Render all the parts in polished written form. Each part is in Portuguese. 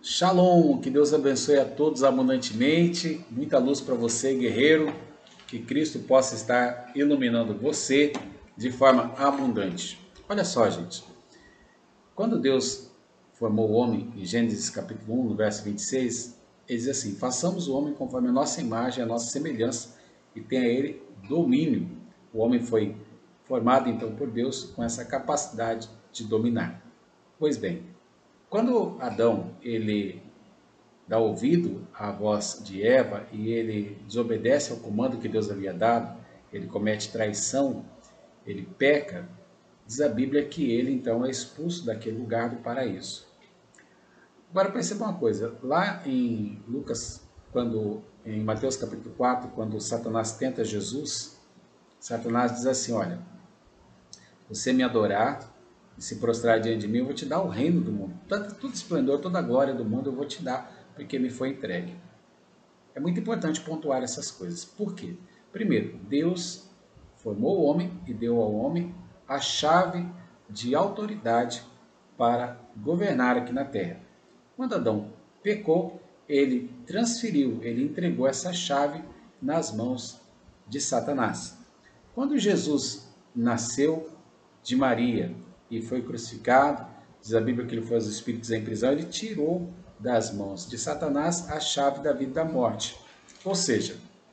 Shalom, que Deus abençoe a todos abundantemente, muita luz para você, guerreiro, que Cristo possa estar iluminando você de forma abundante. Olha só, gente, quando Deus formou o homem, em Gênesis capítulo 1, no verso 26, ele diz assim: façamos o homem conforme a nossa imagem, a nossa semelhança, e tenha ele domínio. O homem foi formado então por Deus com essa capacidade de dominar. Pois bem, quando Adão ele dá ouvido à voz de Eva e ele desobedece ao comando que Deus havia dado, ele comete traição, ele peca, diz a Bíblia que ele então é expulso daquele lugar do paraíso. Agora perceba uma coisa, lá em Lucas, em Mateus capítulo 4, quando Satanás tenta Jesus, Satanás diz assim: olha, você me adorar e se prostrar diante de mim, eu vou te dar o reino do mundo. Todo esplendor, toda a glória do mundo eu vou te dar, porque me foi entregue. É muito importante pontuar essas coisas. Por quê? Primeiro, Deus formou o homem e deu ao homem a chave de autoridade para governar aqui na terra. Quando Adão pecou, ele transferiu, ele entregou essa chave nas mãos de Satanás. Quando Jesus nasceu de Maria e foi crucificado, diz a Bíblia que ele foi aos espíritos em prisão, ele tirou das mãos de Satanás a chave da vida e da morte. Ou seja,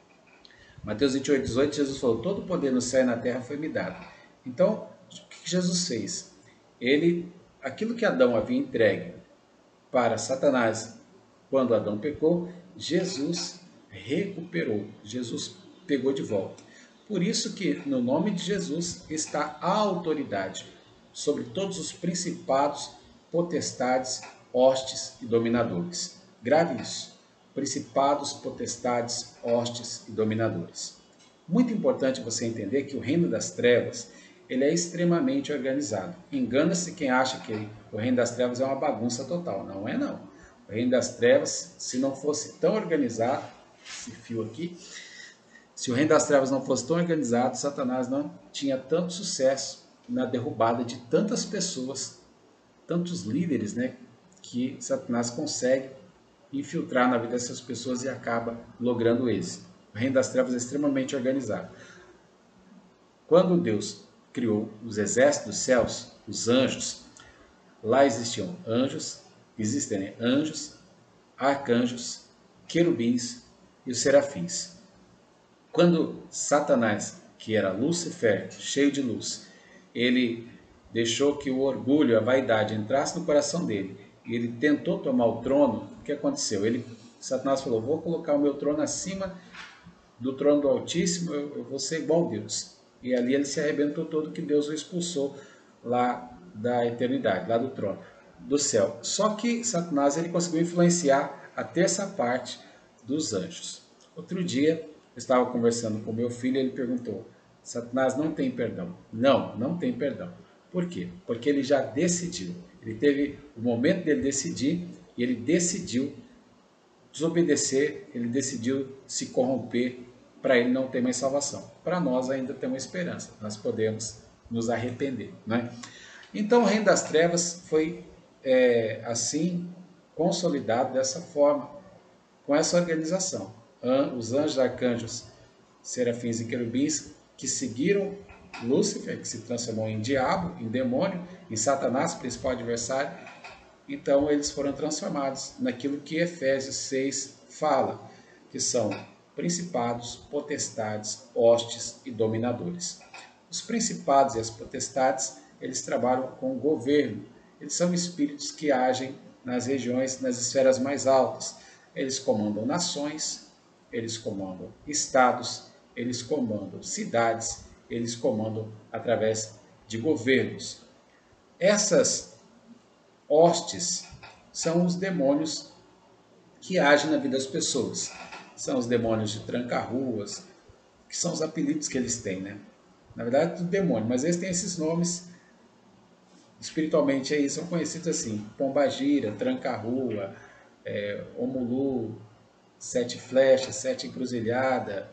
Mateus 28, 18, Jesus falou: todo poder no céu e na terra foi me dado. Então, o que Jesus fez? Aquilo que Adão havia entregue para Satanás quando Adão pecou, Jesus recuperou, Jesus pegou de volta. Por isso que no nome de Jesus está a autoridade sobre todos os principados, potestades, hostes e dominadores. Grave isso: principados, potestades, hostes e dominadores. Muito importante você entender que o reino das trevas ele é extremamente organizado. Engana-se quem acha que o reino das trevas é uma bagunça total. Não é não. O reino das trevas, se não fosse tão organizado, esse fio aqui, se o reino das trevas não fosse tão organizado, Satanás não tinha tanto sucesso na derrubada de tantas pessoas, tantos líderes, né, que Satanás consegue infiltrar na vida dessas pessoas e acaba logrando êxito. O reino das trevas é extremamente organizado. Quando Deus criou os exércitos dos céus, os anjos, lá existem anjos, arcanjos, querubins e os serafins. Quando Satanás, que era Lúcifer, cheio de luz, ele deixou que o orgulho, a vaidade entrasse no coração dele e ele tentou tomar o trono, o que aconteceu? Satanás falou: vou colocar o meu trono acima do trono do Altíssimo, eu vou ser igual a Deus. E ali ele se arrebentou todo, que Deus o expulsou lá da eternidade, lá do trono, do céu. Só que Satanás ele conseguiu influenciar a terça parte dos anjos. Outro dia, eu estava conversando com meu filho e ele perguntou: Satanás não tem perdão? Não, não tem perdão. Por quê? Porque ele já decidiu. Ele teve o momento dele decidir e ele decidiu desobedecer, ele decidiu se corromper. Para ele não ter mais salvação. Para nós ainda tem uma esperança, nós podemos nos arrepender, né? Então o reino das trevas foi assim consolidado dessa forma, com essa organização. Os anjos, arcanjos, serafins e querubins que seguiram Lúcifer, que se transformou em diabo, em demônio, em Satanás, principal adversário. Então eles foram transformados naquilo que Efésios 6 fala, que são principados, potestades, hostes e dominadores. Os principados e as potestades, eles trabalham com o governo. Eles são espíritos que agem nas regiões, nas esferas mais altas. Eles comandam nações, eles comandam estados, eles comandam cidades, eles comandam através de governos. Essas hostes são os demônios que agem na vida das pessoas. São os demônios de tranca-ruas, que são os apelidos que eles têm, né? Na verdade, é tudo demônio, mas eles têm esses nomes, espiritualmente aí, são conhecidos assim: Pombagira, Tranca-rua, Omulu, Sete Flechas, Sete Encruzilhada,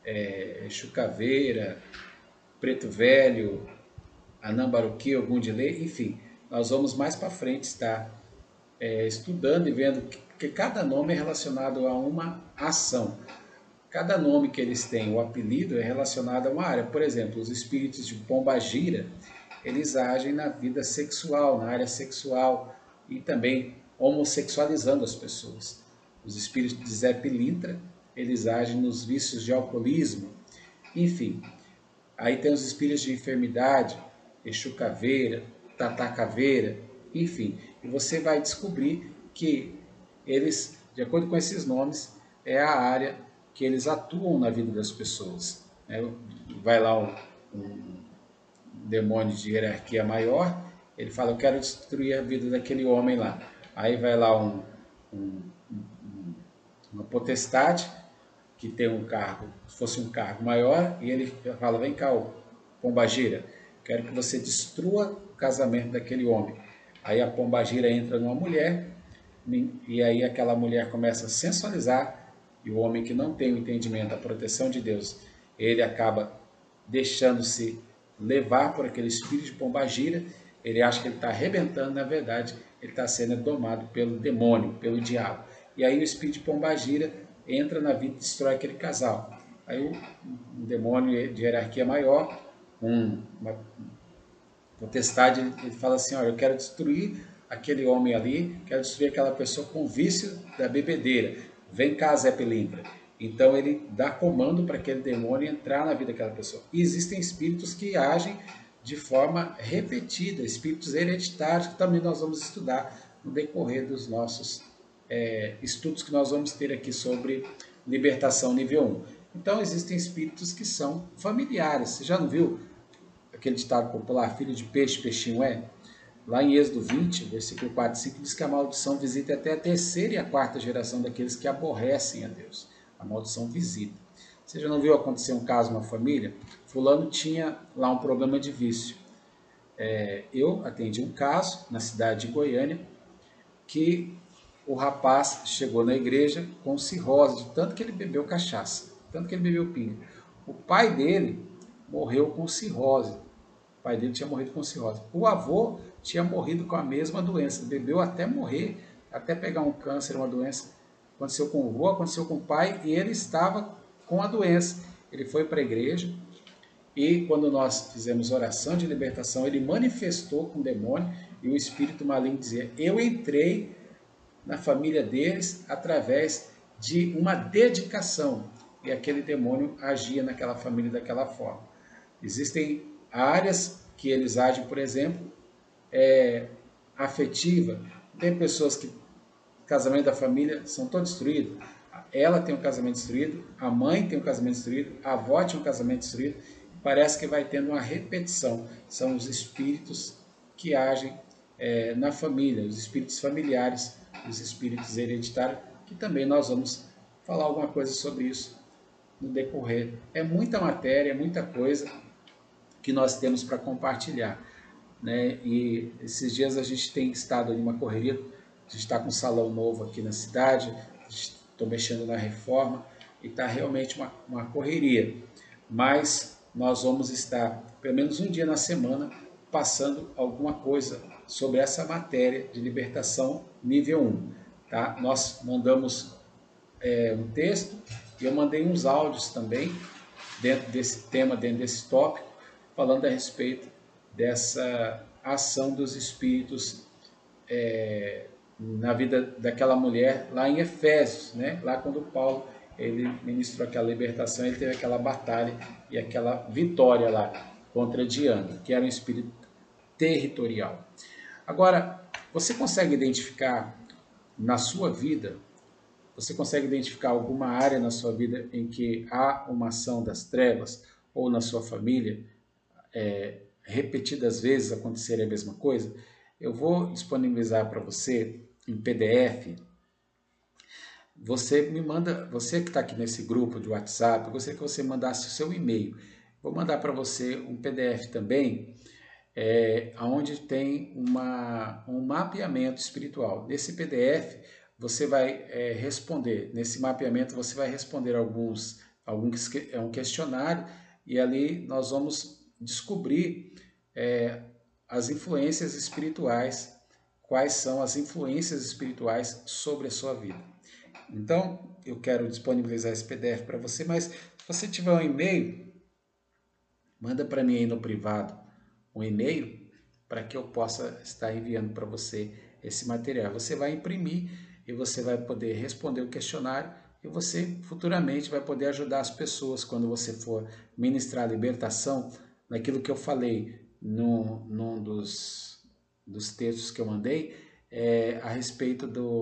Chucaveira, Preto Velho, Anambaruqui, Ogundilê, enfim. Nós vamos mais para frente estar estudando e vendo que cada nome é relacionado a uma ação. Cada nome que eles têm, o apelido, é relacionado a uma área. Por exemplo, os espíritos de Pombagira, eles agem na vida sexual, na área sexual e também homossexualizando as pessoas. Os espíritos de Zé Pilintra, eles agem nos vícios de alcoolismo. Enfim, aí tem os espíritos de enfermidade, Exu Caveira, Tatá Caveira, enfim. E você vai descobrir que eles, de acordo com esses nomes, é a área que eles atuam na vida das pessoas. Vai lá um demônio de hierarquia maior, ele fala, eu quero destruir a vida daquele homem lá. Aí vai lá uma potestade, que tem um cargo, se fosse um cargo maior, e ele fala, vem cá, Pombagira, quero que você destrua o casamento daquele homem. Aí a Pombagira entra numa mulher, e aí aquela mulher começa a sensualizar, e o homem que não tem o entendimento, a proteção de Deus, ele acaba deixando-se levar por aquele espírito de Pombagira, ele acha que ele está arrebentando, na verdade, ele está sendo domado pelo demônio, pelo diabo. E aí o espírito de Pombagira entra na vida e destrói aquele casal. Aí um demônio de hierarquia maior, uma potestade, ele fala assim, olha, eu quero destruir aquele homem ali, quero destruir aquela pessoa com vício da bebedeira. Vem cá, Zé Pilintra. Então ele dá comando para aquele demônio entrar na vida daquela pessoa. E existem espíritos que agem de forma repetida, espíritos hereditários, que também nós vamos estudar no decorrer dos nossos estudos que nós vamos ter aqui sobre libertação nível 1. Então existem espíritos que são familiares. Você já não viu aquele ditado popular, filho de peixe, peixinho é? Lá em Êxodo 20, versículo 4 e 5, diz que a maldição visita até a terceira e a quarta geração daqueles que aborrecem a Deus. A maldição visita. Você já não viu acontecer um caso na família? Fulano tinha lá um problema de vício. Eu atendi um caso na cidade de Goiânia que o rapaz chegou na igreja com cirrose, de tanto que ele bebeu cachaça, tanto que ele bebeu pinga. O pai dele morreu com cirrose. O pai dele tinha morrido com cirrose. O avô tinha morrido com a mesma doença, bebeu até morrer, até pegar um câncer, uma doença. Aconteceu com o avô, aconteceu com o pai, e ele estava com a doença. Ele foi para a igreja, e quando nós fizemos oração de libertação, ele manifestou com o demônio, e o espírito maligno dizia, eu entrei na família deles através de uma dedicação, e aquele demônio agia naquela família daquela forma. Existem áreas que eles agem, por exemplo, afetiva. Tem pessoas que o casamento da família são todos destruídos. Ela tem um casamento destruído, a mãe tem um casamento destruído, a avó tem um casamento destruído. Parece que vai tendo uma repetição. São os espíritos que agem na família, os espíritos familiares, os espíritos hereditários, que também nós vamos falar alguma coisa sobre isso no decorrer. É muita matéria, é muita coisa que nós temos para compartilhar, né? E esses dias a gente tem estado em uma correria, a gente está com um salão novo aqui na cidade, estou mexendo na reforma e está realmente uma correria, mas nós vamos estar pelo menos um dia na semana passando alguma coisa sobre essa matéria de libertação nível 1. Tá? Nós mandamos um texto e eu mandei uns áudios também dentro desse tema, dentro desse tópico, falando a respeito dessa ação dos espíritos na vida daquela mulher lá em Efésios, né? Lá quando Paulo ele ministrou aquela libertação, ele teve aquela batalha e aquela vitória lá contra Diana, que era um espírito territorial. Agora, você consegue identificar na sua vida, você consegue identificar alguma área na sua vida em que há uma ação das trevas, ou na sua família, repetidas vezes acontecer a mesma coisa? Eu vou disponibilizar para você em PDF. Você me manda, você que está aqui nesse grupo de WhatsApp, eu gostaria que você mandasse o seu e-mail. Vou mandar para você um PDF também, onde tem um mapeamento espiritual. Nesse PDF, você vai responder, nesse mapeamento você vai responder um questionário, e ali nós vamos descobrir as influências espirituais quais são as influências espirituais sobre a sua vida. Então, eu quero disponibilizar esse PDF para você, mas se você tiver um e-mail, manda para mim aí no privado um e-mail para que eu possa estar enviando para você esse material. Você vai imprimir e você vai poder responder o questionário e você futuramente vai poder ajudar as pessoas quando você for ministrar a libertação, naquilo que eu falei num dos textos que eu mandei, a respeito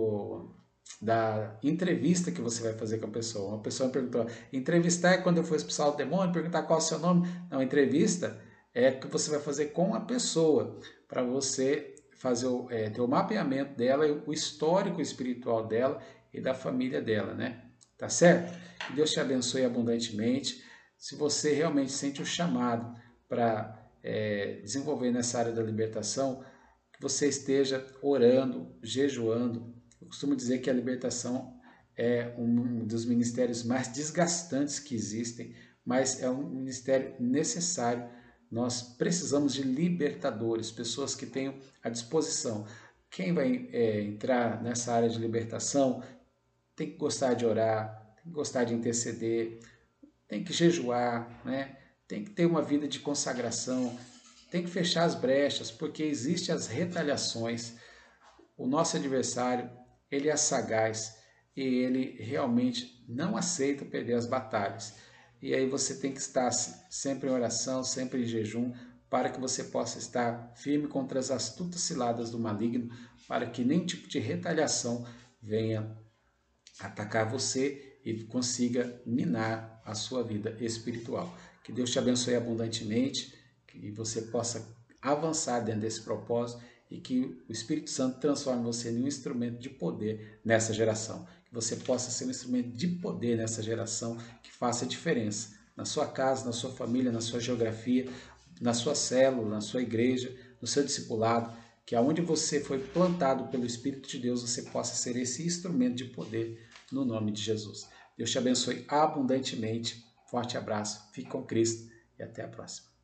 da entrevista que você vai fazer com a pessoa. Uma pessoa me perguntou, entrevistar é quando eu for expulsar o demônio, perguntar qual é o seu nome? Não, entrevista é que você vai fazer com a pessoa, para você fazer ter o mapeamento dela, o histórico espiritual dela e da família dela, né? Tá certo? Que Deus te abençoe abundantemente. Se você realmente sente o chamado para desenvolver nessa área da libertação, que você esteja orando, jejuando. Eu costumo dizer que a libertação é um dos ministérios mais desgastantes que existem, mas é um ministério necessário. Nós precisamos de libertadores, pessoas que tenham a disposição. Quem vai entrar nessa área de libertação tem que gostar de orar, tem que gostar de interceder, tem que jejuar, né? Tem que ter uma vida de consagração, tem que fechar as brechas, porque existem as retaliações. O nosso adversário, ele é sagaz e ele realmente não aceita perder as batalhas. E aí você tem que estar sempre em oração, sempre em jejum, para que você possa estar firme contra as astutas ciladas do maligno, para que nenhum tipo de retaliação venha atacar você e consiga minar a sua vida espiritual. Que Deus te abençoe abundantemente, que você possa avançar dentro desse propósito e que o Espírito Santo transforme você em um instrumento de poder nessa geração. Que você possa ser um instrumento de poder nessa geração que faça diferença na sua casa, na sua família, na sua geografia, na sua célula, na sua igreja, no seu discipulado, que aonde você foi plantado pelo Espírito de Deus, você possa ser esse instrumento de poder no nome de Jesus. Deus te abençoe abundantemente. Forte abraço, fique com Cristo e até a próxima.